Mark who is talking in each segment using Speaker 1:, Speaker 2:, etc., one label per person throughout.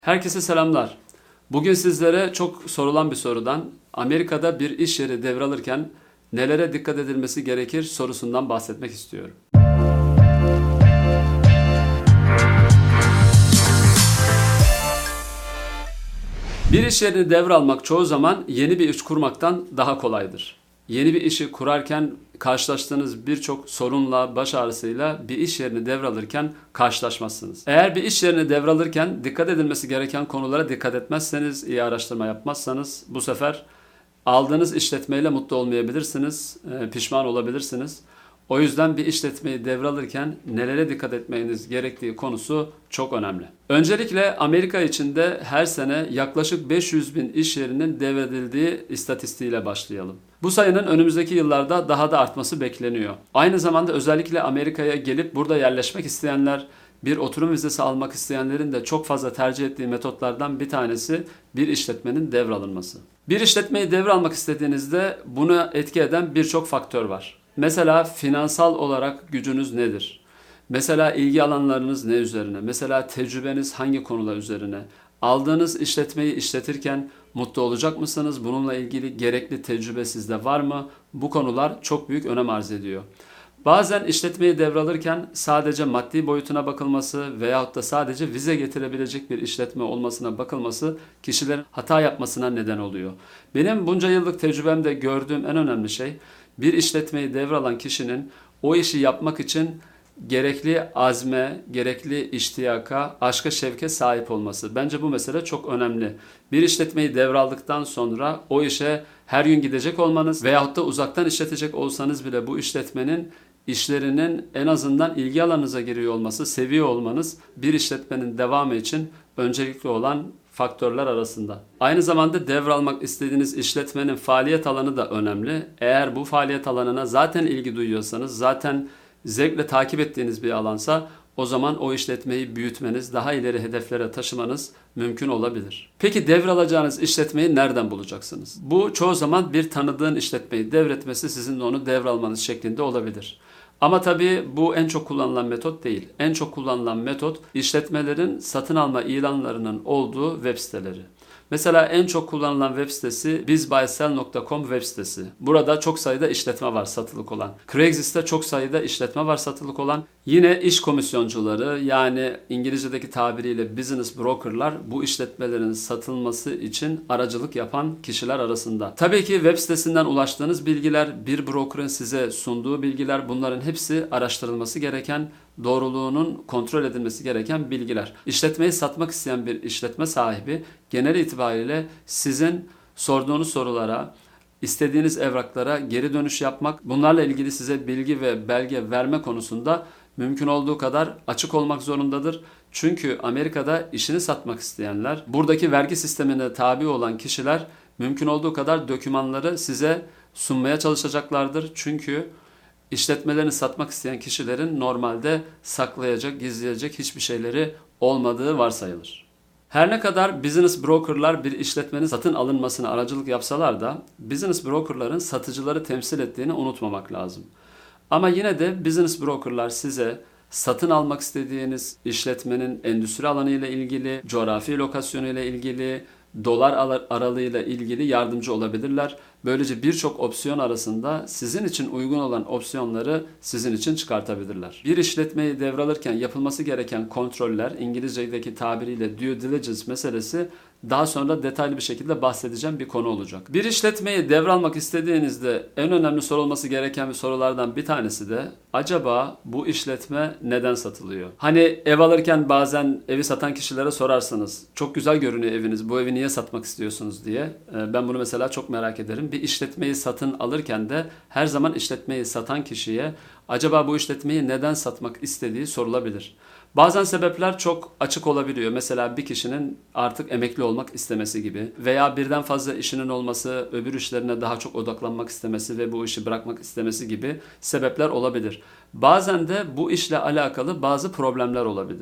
Speaker 1: Herkese selamlar. Bugün sizlere çok sorulan bir sorudan Amerika'da bir iş yeri devralırken nelere dikkat edilmesi gerekir sorusundan bahsetmek istiyorum. Bir iş yerini devralmak çoğu zaman yeni bir iş kurmaktan daha kolaydır. Yeni bir işi kurarken karşılaştığınız birçok sorunla, baş ağrısıyla bir iş yerini devralırken karşılaşmazsınız. Eğer bir iş yerini devralırken dikkat edilmesi gereken konulara dikkat etmezseniz, iyi araştırma yapmazsanız bu sefer aldığınız işletmeyle mutlu olmayabilirsiniz, pişman olabilirsiniz. O yüzden bir işletmeyi devralırken nelere dikkat etmeniz gerektiği konusu çok önemli. Öncelikle Amerika içinde her sene yaklaşık 500 bin iş yerinin devredildiği istatistiğiyle başlayalım. Bu sayının önümüzdeki yıllarda daha da artması bekleniyor. Aynı zamanda özellikle Amerika'ya gelip burada yerleşmek isteyenler, bir oturum vizesi almak isteyenlerin de çok fazla tercih ettiği metotlardan bir tanesi bir işletmenin devralınması. Bir işletmeyi devralmak istediğinizde buna etki eden birçok faktör var. Mesela finansal olarak gücünüz nedir? Mesela ilgi alanlarınız ne üzerine? Mesela tecrübeniz hangi konular üzerine? Aldığınız işletmeyi işletirken mutlu olacak mısınız? Bununla ilgili gerekli tecrübe sizde var mı? Bu konular çok büyük önem arz ediyor. Bazen işletmeyi devralırken sadece maddi boyutuna bakılması veyahut da sadece vize getirebilecek bir işletme olmasına bakılması kişilerin hata yapmasına neden oluyor. Benim bunca yıllık tecrübemde gördüğüm en önemli şey bir işletmeyi devralan kişinin o işi yapmak için gerekli azme, gerekli iştiyaka, aşka, şevke sahip olması. Bence bu mesele çok önemli. Bir işletmeyi devraldıktan sonra o işe her gün gidecek olmanız veyahut da uzaktan işletecek olsanız bile bu işletmenin işlerinin en azından ilgi alanınıza giriyor olması, seviyor olmanız bir işletmenin devamı için öncelikli olan faktörler arasında. Aynı zamanda devralmak istediğiniz işletmenin faaliyet alanı da önemli. Eğer bu faaliyet alanına zaten ilgi duyuyorsanız, zaten zevkle takip ettiğiniz bir alansa o zaman o işletmeyi büyütmeniz, daha ileri hedeflere taşımanız mümkün olabilir. Peki devralacağınız işletmeyi nereden bulacaksınız? Bu çoğu zaman bir tanıdığın işletmeyi devretmesi sizin de onu devralmanız şeklinde olabilir. Ama tabii bu en çok kullanılan metot değil. En çok kullanılan metot işletmelerin satın alma ilanlarının olduğu web siteleri. Mesela en çok kullanılan web sitesi bizbuysell.com web sitesi. Burada çok sayıda işletme var satılık olan. Craigslist'te çok sayıda işletme var satılık olan. Yine iş komisyoncuları yani İngilizce'deki tabiriyle business brokerlar bu işletmelerin satılması için aracılık yapan kişiler arasında. Tabii ki web sitesinden ulaştığınız bilgiler, bir brokerın size sunduğu bilgiler bunların hepsi araştırılması gereken, doğruluğunun kontrol edilmesi gereken bilgiler. İşletmeyi satmak isteyen bir işletme sahibi genel itibariyle sizin sorduğunuz sorulara, istediğiniz evraklara geri dönüş yapmak, bunlarla ilgili size bilgi ve belge verme konusunda mümkün olduğu kadar açık olmak zorundadır. Çünkü Amerika'da işini satmak isteyenler, buradaki vergi sistemine tabi olan kişiler mümkün olduğu kadar dokümanları size sunmaya çalışacaklardır. Çünkü İşletmelerini satmak isteyen kişilerin normalde saklayacak, gizleyecek hiçbir şeyleri olmadığı varsayılır. Her ne kadar business brokerlar bir işletmenin satın alınmasına aracılık yapsalar da business brokerların satıcıları temsil ettiğini unutmamak lazım. Ama yine de business brokerlar size satın almak istediğiniz işletmenin endüstri alanı ile ilgili, coğrafi lokasyonu ile ilgili, dolar aralığıyla ilgili yardımcı olabilirler. Böylece birçok opsiyon arasında sizin için uygun olan opsiyonları sizin için çıkartabilirler. Bir işletmeyi devralırken yapılması gereken kontroller, İngilizce'deki tabiriyle due diligence meselesi daha sonra detaylı bir şekilde bahsedeceğim bir konu olacak. Bir işletmeyi devralmak istediğinizde en önemli sorulması gereken bir sorulardan bir tanesi de acaba bu işletme neden satılıyor? Hani ev alırken bazen evi satan kişilere sorarsınız. Çok güzel görünüyor eviniz. Bu evi niye satmak istiyorsunuz diye. Ben bunu mesela çok merak ederim. Bir işletmeyi satın alırken de her zaman işletmeyi satan kişiye acaba bu işletmeyi neden satmak istediği sorulabilir. Bazen sebepler çok açık olabiliyor. Mesela bir kişinin artık emekli olmak istemesi gibi veya birden fazla işinin olması, öbür işlerine daha çok odaklanmak istemesi ve bu işi bırakmak istemesi gibi sebepler olabilir. Bazen de bu işle alakalı bazı problemler olabilir.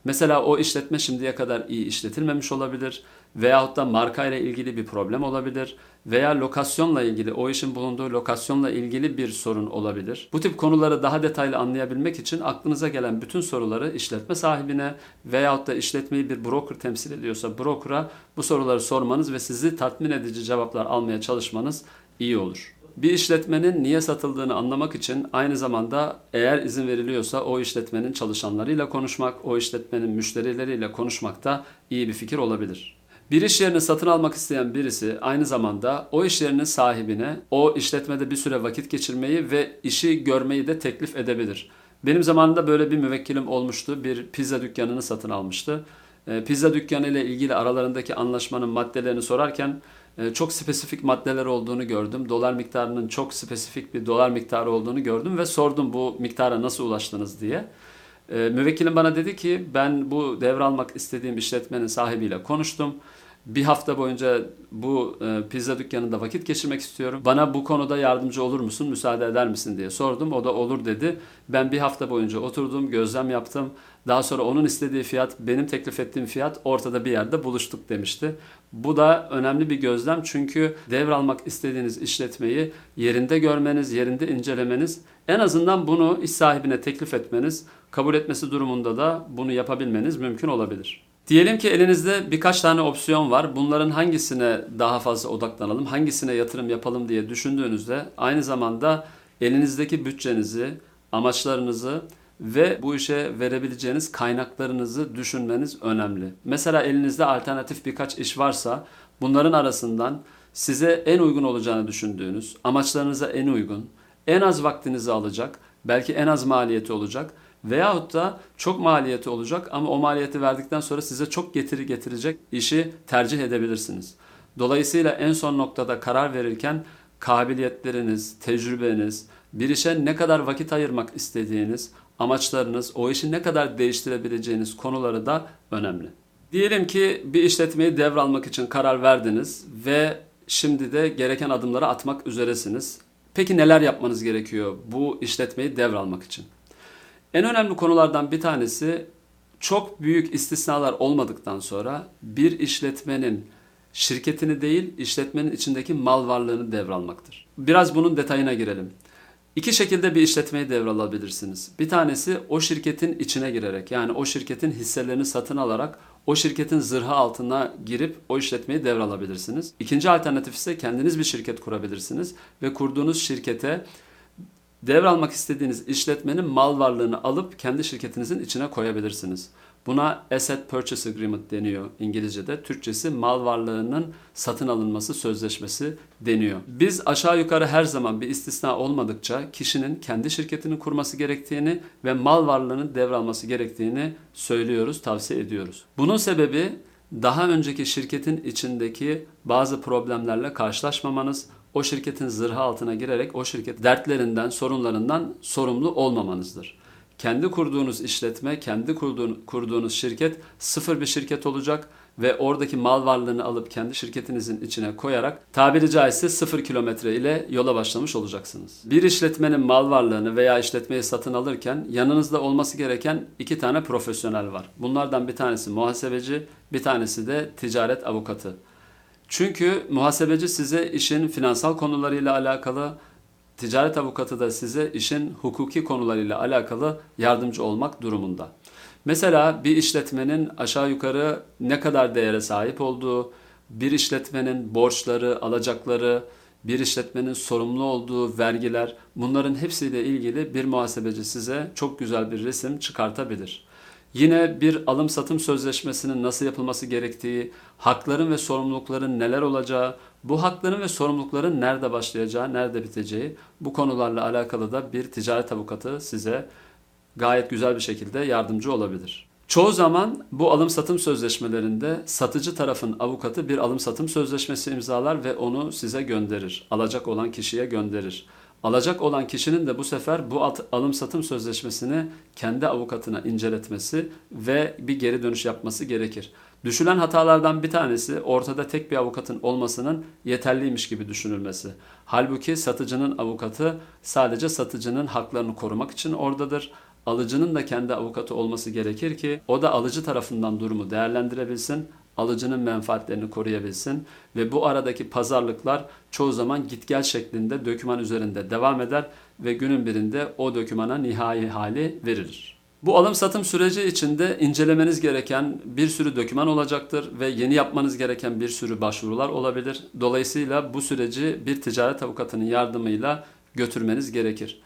Speaker 1: Mesela o işletme şimdiye kadar iyi işletilmemiş olabilir veyahut da marka ile ilgili bir problem olabilir veya lokasyonla ilgili, o işin bulunduğu lokasyonla ilgili bir sorun olabilir. Bu tip konuları daha detaylı anlayabilmek için aklınıza gelen bütün soruları işletme sahibine veyahut da işletmeyi bir broker temsil ediyorsa broker'a bu soruları sormanız ve sizi tatmin edici cevaplar almaya çalışmanız iyi olur. Bir işletmenin niye satıldığını anlamak için aynı zamanda eğer izin veriliyorsa o işletmenin çalışanlarıyla konuşmak, o işletmenin müşterileriyle konuşmak da iyi bir fikir olabilir. Bir iş yerini satın almak isteyen birisi aynı zamanda o iş yerinin sahibine o işletmede bir süre vakit geçirmeyi ve işi görmeyi de teklif edebilir. Benim zamanımda böyle bir müvekkilim olmuştu. Bir pizza dükkanını satın almıştı. Pizza dükkanı ile ilgili aralarındaki anlaşmanın maddelerini sorarken çok spesifik maddeler olduğunu gördüm. Dolar miktarının çok spesifik bir dolar miktarı olduğunu gördüm ve sordum bu miktara nasıl ulaştınız diye. Müvekkilim bana dedi ki ben bu devralmak istediğim işletmenin sahibiyle konuştum. Bir hafta boyunca bu pizza dükkanında vakit geçirmek istiyorum. Bana bu konuda yardımcı olur musun, müsaade eder misin diye sordum. O da olur dedi. Ben bir hafta boyunca oturdum, gözlem yaptım. Daha sonra onun istediği fiyat, benim teklif ettiğim fiyat ortada bir yerde buluştuk demişti. Bu da önemli bir gözlem çünkü devralmak istediğiniz işletmeyi yerinde görmeniz, yerinde incelemeniz, en azından bunu iş sahibine teklif etmeniz, kabul etmesi durumunda da bunu yapabilmeniz mümkün olabilir. Diyelim ki elinizde birkaç tane opsiyon var. Bunların hangisine daha fazla odaklanalım, hangisine yatırım yapalım diye düşündüğünüzde aynı zamanda elinizdeki bütçenizi, amaçlarınızı ve bu işe verebileceğiniz kaynaklarınızı düşünmeniz önemli. Mesela elinizde alternatif birkaç iş varsa bunların arasından size en uygun olacağını düşündüğünüz, amaçlarınıza en uygun, en az vaktinizi alacak, belki en az maliyeti olacak veyahut da çok maliyeti olacak ama o maliyeti verdikten sonra size çok getiri getirecek işi tercih edebilirsiniz. Dolayısıyla en son noktada karar verirken kabiliyetleriniz, tecrübeniz, bir işe ne kadar vakit ayırmak istediğiniz, amaçlarınız, o işi ne kadar değiştirebileceğiniz konuları da önemli. Diyelim ki bir işletmeyi devralmak için karar verdiniz ve şimdi de gereken adımları atmak üzeresiniz. Peki neler yapmanız gerekiyor bu işletmeyi devralmak için? En önemli konulardan bir tanesi çok büyük istisnalar olmadıktan sonra bir işletmenin şirketini değil, işletmenin içindeki mal varlığını devralmaktır. Biraz bunun detayına girelim. İki şekilde bir işletmeyi devralabilirsiniz. Bir tanesi o şirketin içine girerek, yani o şirketin hisselerini satın alarak o şirketin zırhı altına girip o işletmeyi devralabilirsiniz. İkinci alternatif ise kendiniz bir şirket kurabilirsiniz ve kurduğunuz şirkete devralmak istediğiniz işletmenin mal varlığını alıp kendi şirketinizin içine koyabilirsiniz. Buna Asset Purchase Agreement deniyor İngilizce'de. Türkçesi mal varlığının satın alınması sözleşmesi deniyor. Biz aşağı yukarı her zaman bir istisna olmadıkça kişinin kendi şirketini kurması gerektiğini ve mal varlığını devralması gerektiğini söylüyoruz, tavsiye ediyoruz. Bunun sebebi daha önceki şirketin içindeki bazı problemlerle karşılaşmamanız, o şirketin zırhı altına girerek o şirket dertlerinden, sorunlarından sorumlu olmamanızdır. Kendi kurduğunuz işletme, kendi kurduğunuz şirket sıfır bir şirket olacak ve oradaki mal varlığını alıp kendi şirketinizin içine koyarak tabiri caizse 0 kilometre ile yola başlamış olacaksınız. Bir işletmenin mal varlığını veya işletmeyi satın alırken yanınızda olması gereken iki tane profesyonel var. Bunlardan bir tanesi muhasebeci, bir tanesi de ticaret avukatı. Çünkü muhasebeci size işin finansal konularıyla alakalı, ticaret avukatı da size işin hukuki konularıyla alakalı yardımcı olmak durumunda. Mesela bir işletmenin aşağı yukarı ne kadar değere sahip olduğu, bir işletmenin borçları, alacakları, bir işletmenin sorumlu olduğu vergiler, bunların hepsiyle ilgili bir muhasebeci size çok güzel bir resim çıkartabilir. Yine bir alım-satım sözleşmesinin nasıl yapılması gerektiği, hakların ve sorumlulukların neler olacağı, bu hakların ve sorumlulukların nerede başlayacağı, nerede biteceği, bu konularla alakalı da bir ticaret avukatı size gayet güzel bir şekilde yardımcı olabilir. Çoğu zaman bu alım-satım sözleşmelerinde satıcı tarafın avukatı bir alım-satım sözleşmesi imzalar ve onu size gönderir. Alacak olan kişiye gönderir. Alacak olan kişinin de bu sefer bu alım-satım sözleşmesini kendi avukatına inceletmesi ve bir geri dönüş yapması gerekir. Düşülen hatalardan bir tanesi ortada tek bir avukatın olmasının yeterliymiş gibi düşünülmesi. Halbuki satıcının avukatı sadece satıcının haklarını korumak için oradadır. alıcının da kendi avukatı olması gerekir ki o da alıcı tarafından durumu değerlendirebilsin, alıcının menfaatlerini koruyabilsin ve bu aradaki pazarlıklar çoğu zaman git gel şeklinde doküman üzerinde devam eder ve günün birinde o dokümana nihai hali verilir. Bu alım satım süreci içinde incelemeniz gereken bir sürü doküman olacaktır ve yeni yapmanız gereken bir sürü başvurular olabilir. Dolayısıyla bu süreci bir ticaret avukatının yardımıyla götürmeniz gerekir.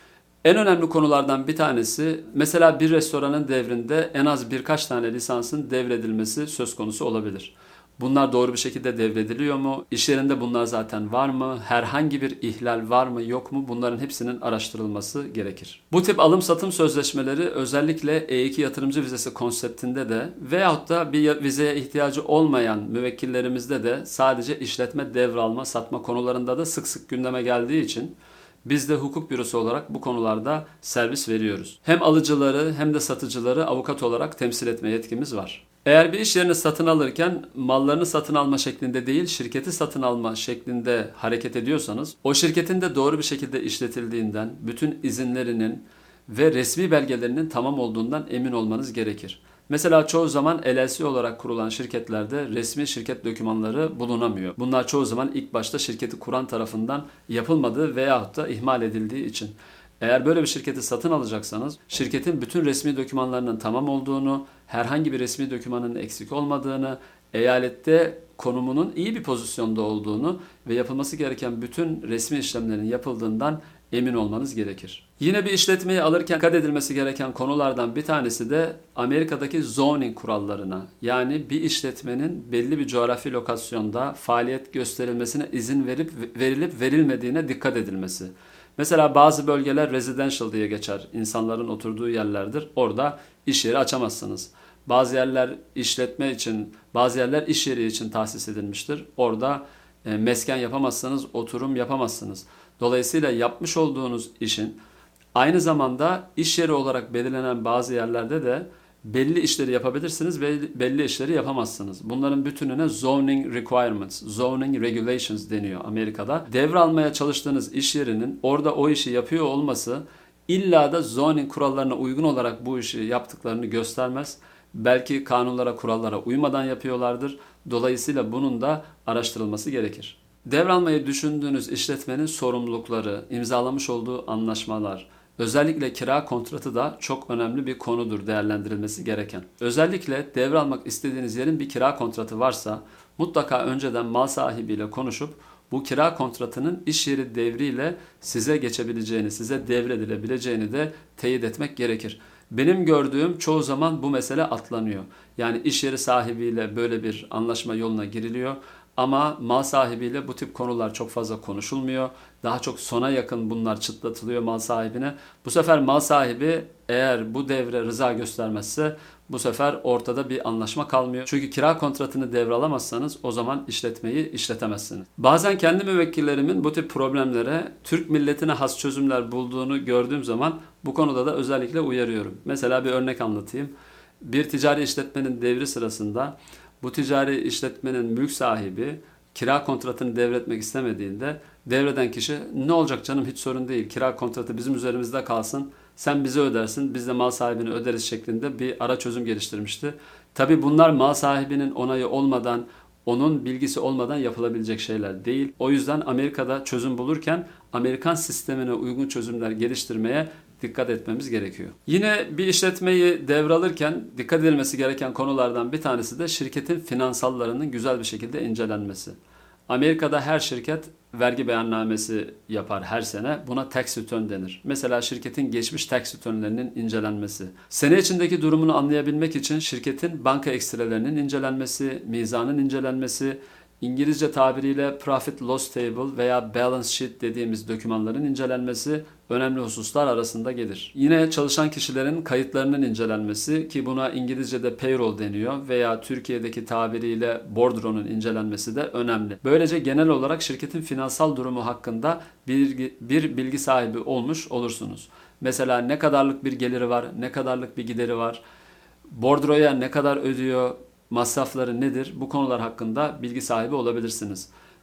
Speaker 1: En önemli konulardan bir tanesi mesela bir restoranın devrinde en az birkaç tane lisansın devredilmesi söz konusu olabilir. Bunlar doğru bir şekilde devrediliyor mu? İş yerinde bunlar zaten var mı? Herhangi bir ihlal var mı yok mu? Bunların hepsinin araştırılması gerekir. Bu tip alım satım sözleşmeleri özellikle E2 yatırımcı vizesi konseptinde de veyahut da bir vizeye ihtiyacı olmayan müvekkillerimizde de sadece işletme devralma satma konularında da sık sık gündeme geldiği için biz de hukuk bürosu olarak bu konularda servis veriyoruz. Hem alıcıları hem de satıcıları avukat olarak temsil etme yetkimiz var. Eğer bir iş yerini satın alırken mallarını satın alma şeklinde değil, şirketi satın alma şeklinde hareket ediyorsanız, o şirketin de doğru bir şekilde işletildiğinden, bütün izinlerinin ve resmi belgelerinin tamam olduğundan emin olmanız gerekir. Mesela çoğu zaman LLC olarak kurulan şirketlerde resmi şirket dokümanları bulunamıyor. Bunlar çoğu zaman ilk başta şirketi kuran tarafından yapılmadığı veyahut da ihmal edildiği için. Eğer böyle bir şirketi satın alacaksanız, şirketin bütün resmi dokümanlarının tamam olduğunu, herhangi bir resmi dokümanın eksik olmadığını, eyalette konumunun iyi bir pozisyonda olduğunu ve yapılması gereken bütün resmi işlemlerin yapıldığından emin olmanız gerekir. Yine bir işletmeyi alırken dikkat edilmesi gereken konulardan bir tanesi de Amerika'daki zoning kurallarına, yani bir işletmenin belli bir coğrafi lokasyonda faaliyet gösterilmesine izin verilip verilmediğine dikkat edilmesi. Mesela bazı bölgeler residential diye geçer. İnsanların oturduğu yerlerdir. Orada iş yeri açamazsınız. Bazı yerler işletme için, bazı yerler iş yeri için tahsis edilmiştir. Orada mesken yapamazsınız, oturum yapamazsınız. Dolayısıyla yapmış olduğunuz işin aynı zamanda iş yeri olarak belirlenen bazı yerlerde de belli işleri yapabilirsiniz ve belli işleri yapamazsınız. Bunların bütününe zoning requirements, zoning regulations deniyor Amerika'da. Devralmaya çalıştığınız iş yerinin orada o işi yapıyor olması illa da zoning kurallarına uygun olarak bu işi yaptıklarını göstermez. Belki kanunlara, kurallara uymadan yapıyorlardır. Dolayısıyla bunun da araştırılması gerekir. Devralmayı düşündüğünüz işletmenin sorumlulukları, imzalamış olduğu anlaşmalar, özellikle kira kontratı da çok önemli bir konudur değerlendirilmesi gereken. Özellikle devralmak istediğiniz yerin bir kira kontratı varsa mutlaka önceden mal sahibiyle konuşup bu kira kontratının iş yeri devriyle size geçebileceğini, size devredilebileceğini de teyit etmek gerekir. Benim gördüğüm çoğu zaman bu mesele atlanıyor. Yani iş yeri sahibiyle böyle bir anlaşma yoluna giriliyor. Ama mal sahibiyle bu tip konular çok fazla konuşulmuyor. Daha çok sona yakın bunlar çıtlatılıyor mal sahibine. Bu sefer mal sahibi eğer bu devre rıza göstermezse bu sefer ortada bir anlaşma kalmıyor. Çünkü kira kontratını devralamazsanız o zaman işletmeyi işletemezsiniz. Bazen kendi müvekkillerimin bu tip problemlere Türk milletine has çözümler bulduğunu gördüğüm zaman bu konuda da özellikle uyarıyorum. Mesela bir örnek anlatayım. Bir ticari işletmenin devri sırasında bu ticari işletmenin mülk sahibi kira kontratını devretmek istemediğinde devreden kişi ne olacak canım hiç sorun değil, kira kontratı bizim üzerimizde kalsın, sen bize ödersin, biz de mal sahibine öderiz şeklinde bir ara çözüm geliştirmişti. Tabii bunlar mal sahibinin onayı olmadan, onun bilgisi olmadan yapılabilecek şeyler değil. O yüzden Amerika'da çözüm bulurken Amerikan sistemine uygun çözümler geliştirmeye dikkat etmemiz gerekiyor. Yine bir işletmeyi devralırken dikkat edilmesi gereken konulardan bir tanesi de şirketin finansallarının güzel bir şekilde incelenmesi. Amerika'da her şirket vergi beyannamesi yapar her sene. Buna tax return denir. Mesela şirketin geçmiş tax returnlerinin incelenmesi. Sene içindeki durumunu anlayabilmek için şirketin banka ekstrelerinin incelenmesi, mizanın incelenmesi, İngilizce tabiriyle Profit Loss Table veya Balance Sheet dediğimiz dokümanların incelenmesi önemli hususlar arasında gelir. Yine çalışan kişilerin kayıtlarının incelenmesi ki buna İngilizce'de payroll deniyor veya Türkiye'deki tabiriyle bordronun incelenmesi de önemli. Böylece genel olarak şirketin finansal durumu hakkında bir bilgi sahibi olmuş olursunuz. Mesela ne kadarlık bir geliri var, ne kadarlık bir gideri var, bordroya ne kadar ödüyor, masrafları nedir? Bu konular hakkında bilgi sahibi olabilirsiniz.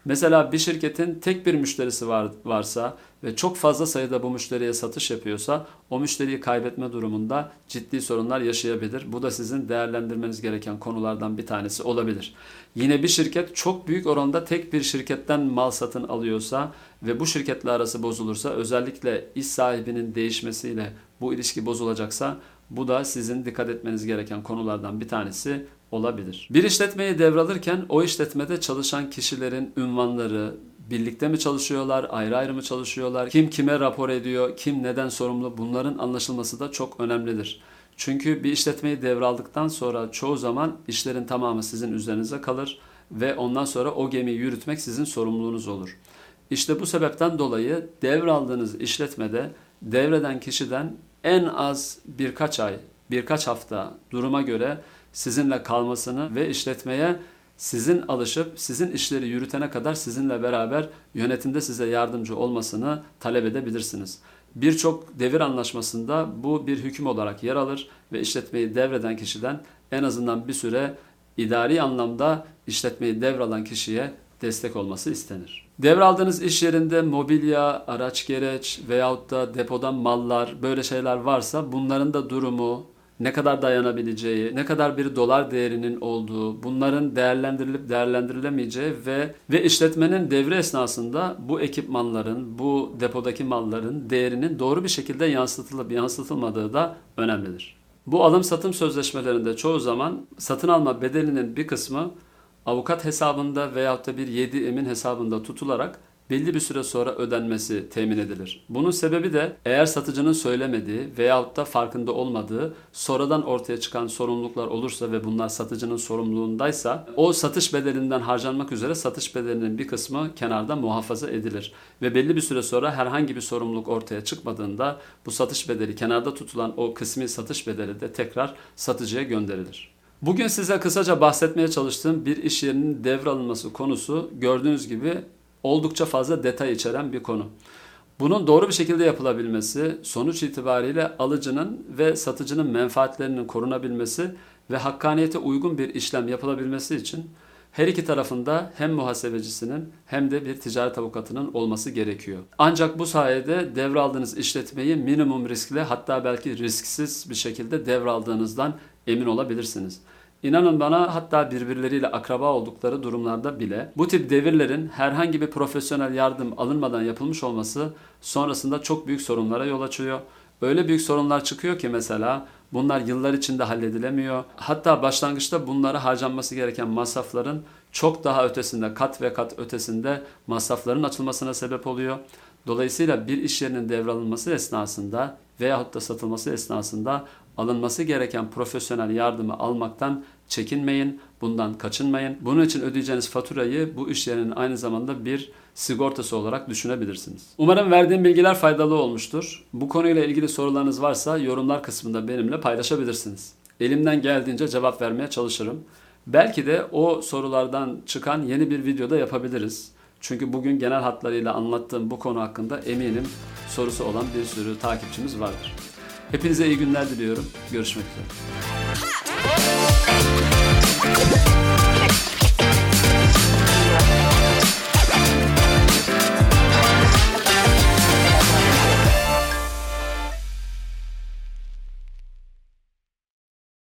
Speaker 1: Mesela bir şirketin tek bir müşterisi varsa ve çok fazla sayıda bu müşteriye satış yapıyorsa o müşteriyi kaybetme durumunda ciddi sorunlar yaşayabilir. Bu da sizin değerlendirmeniz gereken konulardan bir tanesi olabilir. Yine bir şirket çok büyük oranda tek bir şirketten mal satın alıyorsa ve bu şirketle arası bozulursa, özellikle iş sahibinin değişmesiyle bu ilişki bozulacaksa, bu da sizin dikkat etmeniz gereken konulardan bir tanesi olabilir. Bir işletmeyi devralırken o işletmede çalışan kişilerin ünvanları, birlikte mi çalışıyorlar, ayrı ayrı mı çalışıyorlar, kim kime rapor ediyor, kim neden sorumlu, bunların anlaşılması da çok önemlidir. Çünkü bir işletmeyi devraldıktan sonra çoğu zaman işlerin tamamı sizin üzerinize kalır ve ondan sonra o gemiyi yürütmek sizin sorumluluğunuz olur. İşte bu sebepten dolayı devraldığınız işletmede devreden kişiden en az birkaç ay, birkaç hafta duruma göre sizinle kalmasını ve işletmeye sizin alışıp sizin işleri yürütene kadar sizinle beraber yönetimde size yardımcı olmasını talep edebilirsiniz. Birçok devir anlaşmasında bu bir hüküm olarak yer alır ve işletmeyi devreden kişiden en azından bir süre idari anlamda işletmeyi devralan kişiye destek olması istenir. Devraldığınız iş yerinde mobilya, araç gereç veyahut da depodan mallar, böyle şeyler varsa bunların da durumu, ne kadar dayanabileceği, ne kadar bir dolar değerinin olduğu, bunların değerlendirilip değerlendirilemeyeceği ve işletmenin devre esnasında bu ekipmanların, bu depodaki malların değerinin doğru bir şekilde yansıtılıp yansıtılmadığı da önemlidir. Bu alım-satım sözleşmelerinde çoğu zaman satın alma bedelinin bir kısmı avukat hesabında veyahut da bir 7 emin hesabında tutularak belli bir süre sonra ödenmesi temin edilir. Bunun sebebi de eğer satıcının söylemediği veyahut da farkında olmadığı sonradan ortaya çıkan sorumluluklar olursa ve bunlar satıcının sorumluluğundaysa o satış bedelinden harcanmak üzere satış bedelinin bir kısmı kenarda muhafaza edilir. Ve belli bir süre sonra herhangi bir sorumluluk ortaya çıkmadığında bu satış bedeli, kenarda tutulan o kısmi satış bedeli de tekrar satıcıya gönderilir. Bugün size kısaca bahsetmeye çalıştığım bir iş yerinin devralınması konusu gördüğünüz gibi oldukça fazla detay içeren bir konu. Bunun doğru bir şekilde yapılabilmesi, sonuç itibariyle alıcının ve satıcının menfaatlerinin korunabilmesi ve hakkaniyete uygun bir işlem yapılabilmesi için her iki tarafında hem muhasebecisinin hem de bir ticaret avukatının olması gerekiyor. Ancak bu sayede devraldığınız işletmeyi minimum riskle, hatta belki risksiz bir şekilde devraldığınızdan emin olabilirsiniz. İnanın bana, hatta birbirleriyle akraba oldukları durumlarda bile bu tip devirlerin herhangi bir profesyonel yardım alınmadan yapılmış olması sonrasında çok büyük sorunlara yol açıyor. Öyle büyük sorunlar çıkıyor ki mesela bunlar yıllar içinde halledilemiyor. Hatta başlangıçta bunlara harcanması gereken masrafların çok daha ötesinde, kat ve kat ötesinde masrafların açılmasına sebep oluyor. Dolayısıyla bir iş yerinin devralınması esnasında veyahut da satılması esnasında alınması gereken profesyonel yardımı almaktan çekinmeyin, bundan kaçınmayın. Bunun için ödeyeceğiniz faturayı bu iş yerinin aynı zamanda bir sigortası olarak düşünebilirsiniz. Umarım verdiğim bilgiler faydalı olmuştur. Bu konuyla ilgili sorularınız varsa yorumlar kısmında benimle paylaşabilirsiniz. Elimden geldiğince cevap vermeye çalışırım. Belki de o sorulardan çıkan yeni bir videoda yapabiliriz. Çünkü bugün genel hatlarıyla anlattığım bu konu hakkında eminim sorusu olan bir sürü takipçimiz vardır. Hepinize iyi günler diliyorum. Görüşmek üzere.